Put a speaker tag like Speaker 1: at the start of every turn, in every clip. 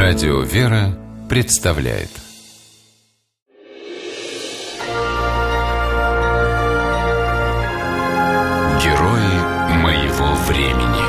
Speaker 1: Радио «Вера» представляет Герои моего времени.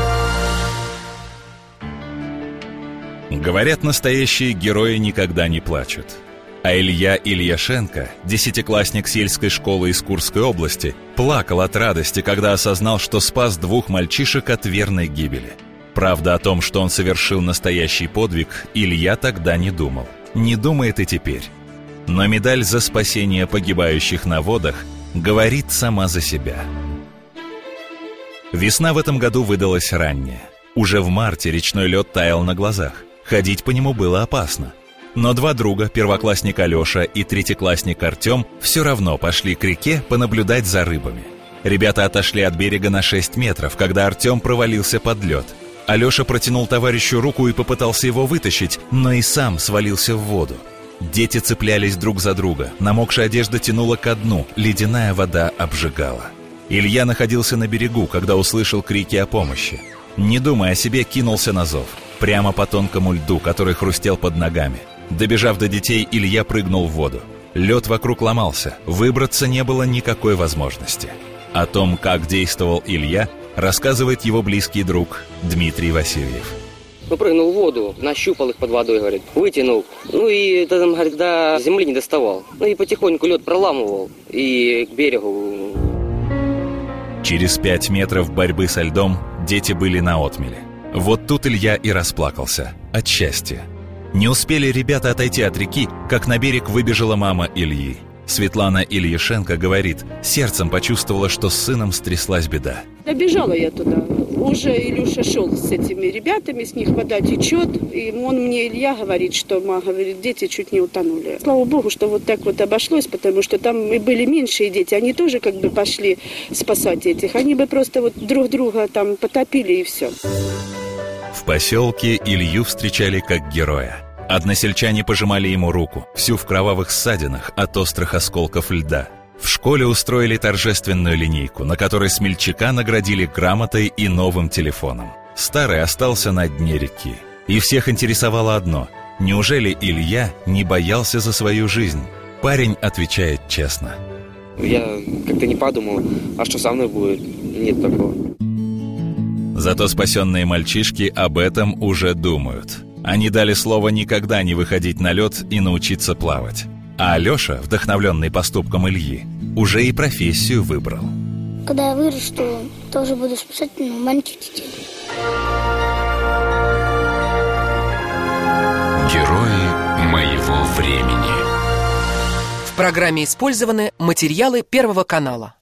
Speaker 2: Говорят, настоящие герои никогда не плачут. А Илья Ильяшенко, десятиклассник сельской школы из Курской области, плакал от радости, когда осознал, что спас двух мальчишек от верной гибели. Правда, о том, что он совершил настоящий подвиг, Илья тогда не думал. Не думает и теперь. Но медаль за спасение погибающих на водах говорит сама за себя. Весна в этом году выдалась ранняя. Уже в марте речной лед таял на глазах. Ходить по нему было опасно. Но два друга, первоклассник Алеша и третьеклассник Артем, все равно пошли к реке понаблюдать за рыбами. Ребята отошли от берега на 6 метров, когда Артем провалился под лед. Алеша протянул товарищу руку и попытался его вытащить, но и сам свалился в воду. Дети цеплялись друг за друга, намокшая одежда тянула ко дну, ледяная вода обжигала. Илья находился на берегу, когда услышал крики о помощи. Не думая о себе, кинулся на зов, прямо по тонкому льду, который хрустел под ногами. Добежав до детей, Илья прыгнул в воду. Лед вокруг ломался, выбраться не было никакой возможности. О том, как действовал Илья, рассказывает его близкий друг Дмитрий Васильев.
Speaker 3: Прыгнул в воду, нащупал их под водой, говорит, вытянул. И там, говорит, до земли не доставал. И потихоньку лед проламывал и к берегу.
Speaker 2: Через 5 метров борьбы со льдом дети были на отмеле. Вот тут Илья и расплакался от счастья. Не успели ребята отойти от реки, как на берег выбежала мама Ильи. Светлана Ильяшенко говорит, сердцем почувствовала, что с сыном стряслась беда.
Speaker 4: Добежала я туда. Уже Илюша шел с этими ребятами, с них вода течет. И он мне, Илья, говорит, что, говорит, дети чуть не утонули. Слава Богу, что вот так вот обошлось, потому что там и были меньшие дети. Они тоже как бы пошли спасать этих. Они бы просто вот друг друга там потопили и все.
Speaker 2: В поселке Илью встречали как героя. Односельчане пожимали ему руку, всю в кровавых ссадинах от острых осколков льда. В школе устроили торжественную линейку, на которой смельчака наградили грамотой и новым телефоном. Старый остался на дне реки. И всех интересовало одно – неужели Илья не боялся за свою жизнь? Парень отвечает честно.
Speaker 3: Я как-то не подумал, а что со мной будет? Нет такого.
Speaker 2: Зато спасенные мальчишки об этом уже думают. Они дали слово никогда не выходить на лед и научиться плавать. А Алеша, вдохновленный поступком Ильи, уже и профессию выбрал.
Speaker 5: Когда я вырасту, тоже буду спасать маленьких детей.
Speaker 1: Герои моего времени.
Speaker 6: В программе использованы материалы Первого канала.